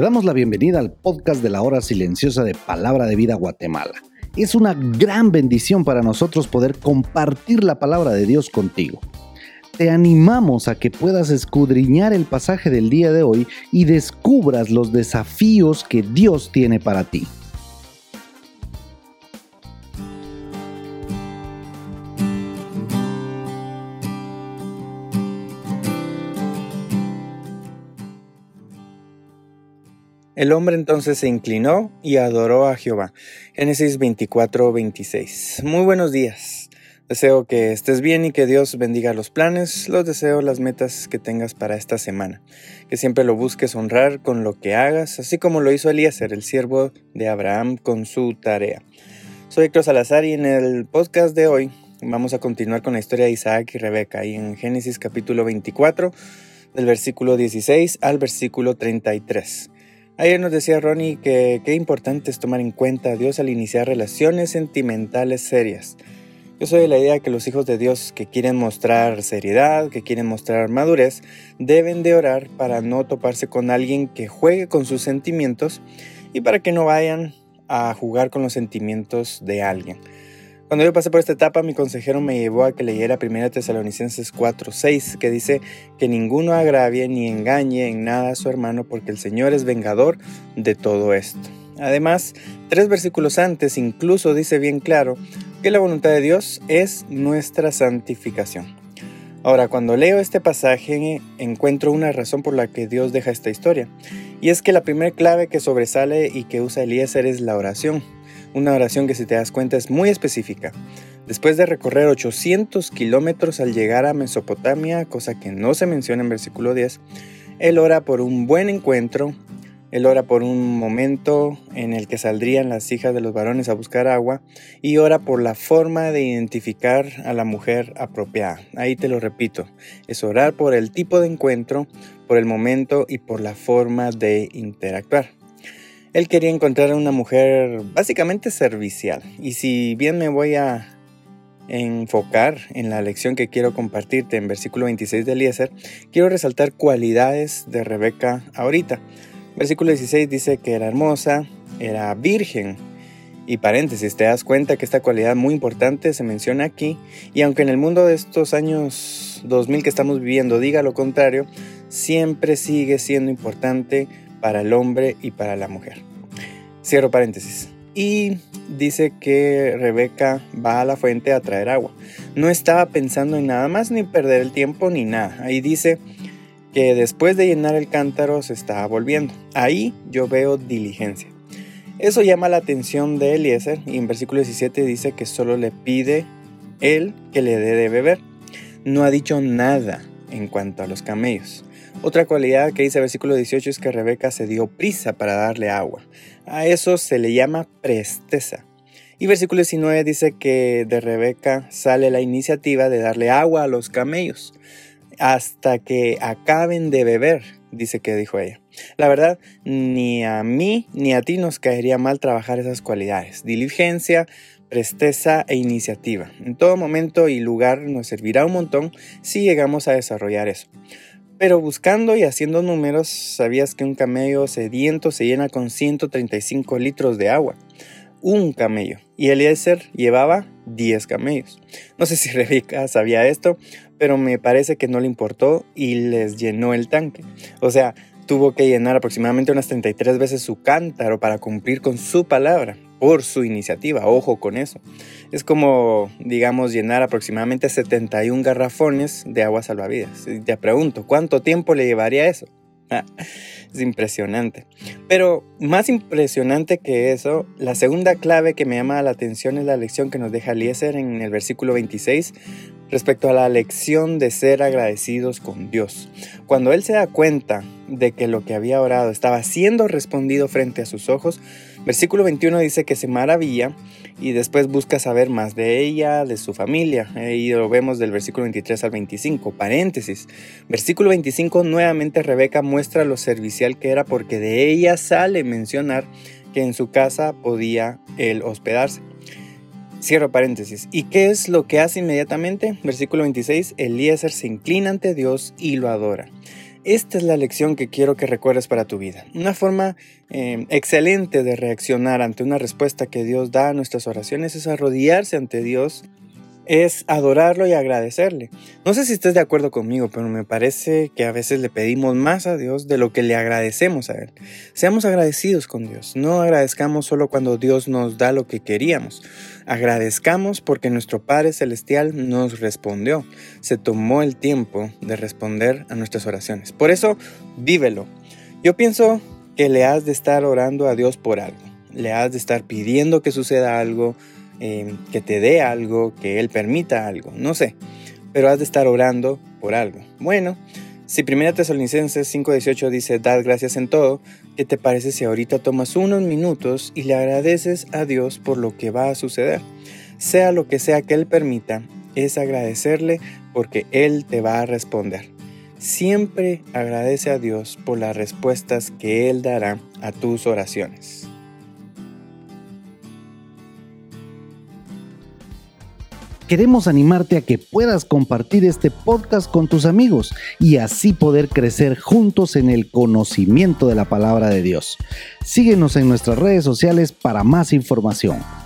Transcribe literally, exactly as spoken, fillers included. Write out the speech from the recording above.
damos la bienvenida al podcast de la Hora Silenciosa de Palabra de Vida Guatemala. Es una gran bendición para nosotros poder compartir la palabra de Dios contigo. Te animamos a que puedas escudriñar el pasaje del día de hoy y descubras los desafíos que Dios tiene para ti. El hombre entonces se inclinó y adoró a Jehová. Génesis veinticuatro, veintiséis. Muy buenos días. Deseo que estés bien y que Dios bendiga los planes, los deseos, las metas que tengas para esta semana. Que siempre lo busques honrar con lo que hagas, así como lo hizo Eliezer, el siervo de Abraham, con su tarea. Soy Héctor Salazar y en el podcast de hoy vamos a continuar con la historia de Isaac y Rebeca. Y en Génesis capítulo veinticuatro, del versículo dieciséis al versículo treinta y tres. Ayer nos decía Ronnie que qué importante es tomar en cuenta a Dios al iniciar relaciones sentimentales serias. Yo soy de la idea que los hijos de Dios que quieren mostrar seriedad, que quieren mostrar madurez, deben de orar para no toparse con alguien que juegue con sus sentimientos y para que no vayan a jugar con los sentimientos de alguien. Cuando yo pasé por esta etapa, mi consejero me llevó a que leyera primera Tesalonicenses cuatro seis, que dice que ninguno agravie ni engañe en nada a su hermano, porque el Señor es vengador de todo esto. Además, tres versículos antes incluso dice bien claro que la voluntad de Dios es nuestra santificación. Ahora, cuando leo este pasaje, encuentro una razón por la que Dios deja esta historia, y es que la primera clave que sobresale y que usa Eliezer es la oración. Una oración que, si te das cuenta, es muy específica. Después de recorrer ochocientos kilómetros al llegar a Mesopotamia, cosa que no se menciona en versículo diez, él ora por un buen encuentro, él ora por un momento en el que saldrían las hijas de los varones a buscar agua, y ora por la forma de identificar a la mujer apropiada. Ahí te lo repito, es orar por el tipo de encuentro, por el momento y por la forma de interactuar. Él quería encontrar a una mujer básicamente servicial. Y si bien me voy a enfocar en la lección que quiero compartirte en versículo veintiséis de Eliezer, quiero resaltar cualidades de Rebeca ahorita. Versículo dieciséis dice que era hermosa, era virgen. Y paréntesis, te das cuenta que esta cualidad muy importante se menciona aquí. Y aunque en el mundo de estos años dos mil que estamos viviendo diga lo contrario, siempre sigue siendo importante para el hombre y para la mujer. Cierro paréntesis. Y dice que Rebeca va a la fuente a traer agua. No estaba pensando en nada más, ni perder el tiempo, ni nada. Ahí dice que después de llenar el cántaro se estaba volviendo. Ahí yo veo diligencia. Eso llama la atención de Eliezer, y en versículo diecisiete dice que solo le pide él que le dé de beber. No ha dicho nada en cuanto a los camellos. Otra cualidad que dice el versículo dieciocho es que Rebeca se dio prisa para darle agua. A eso se le llama presteza. Y versículo diecinueve dice que de Rebeca sale la iniciativa de darle agua a los camellos hasta que acaben de beber, dice que dijo ella. La verdad, ni a mí ni a ti nos caería mal trabajar esas cualidades: diligencia, presteza e iniciativa. En todo momento y lugar nos servirá un montón si llegamos a desarrollar eso. Pero buscando y haciendo números, ¿sabías que un camello sediento se llena con ciento treinta y cinco litros de agua? Un camello. Y Eliezer llevaba diez camellos. No sé si Rebeca sabía esto, pero me parece que no le importó y les llenó el tanque. O sea, tuvo que llenar aproximadamente unas treinta y tres veces su cántaro para cumplir con su palabra, por su iniciativa. Ojo con eso. Es como, digamos, llenar aproximadamente setenta y un garrafones de agua salvavidas. Y te pregunto, ¿cuánto tiempo le llevaría eso? Es impresionante. Pero más impresionante que eso, la segunda clave que me llama la atención es la lección que nos deja Eliezer en el versículo veintiséis respecto a la lección de ser agradecidos con Dios. Cuando él se da cuenta de que lo que había orado estaba siendo respondido frente a sus ojos, versículo veintiuno dice que se maravilla y después busca saber más de ella, de su familia. Y lo vemos del versículo veintitrés al veinticinco. Paréntesis. Versículo veinticinco, nuevamente Rebeca muestra lo servicial que era, porque de ella sale mencionar que en su casa podía él hospedarse. Cierro paréntesis. ¿Y qué es lo que hace inmediatamente? Versículo veintiséis. Eliezer se inclina ante Dios y lo adora. Esta es la lección que quiero que recuerdes para tu vida. Una forma eh, excelente de reaccionar ante una respuesta que Dios da a nuestras oraciones es arrodillarse ante Dios, es adorarlo y agradecerle. No sé si estés de acuerdo conmigo, pero me parece que a veces le pedimos más a Dios de lo que le agradecemos a Él. Seamos agradecidos con Dios. No agradezcamos solo cuando Dios nos da lo que queríamos. Agradezcamos porque nuestro Padre Celestial nos respondió. Se tomó el tiempo de responder a nuestras oraciones. Por eso, vívelo. Yo pienso que le has de estar orando a Dios por algo. Le has de estar pidiendo que suceda algo, Eh, que te dé algo, que Él permita algo, no sé, pero has de estar orando por algo. Bueno, si primera Tesalonicenses cinco dieciocho dice, dad gracias en todo, ¿qué te parece si ahorita tomas unos minutos y le agradeces a Dios por lo que va a suceder? Sea lo que sea que Él permita, es agradecerle porque Él te va a responder. Siempre agradece a Dios por las respuestas que Él dará a tus oraciones. Queremos animarte a que puedas compartir este podcast con tus amigos y así poder crecer juntos en el conocimiento de la palabra de Dios. Síguenos en nuestras redes sociales para más información.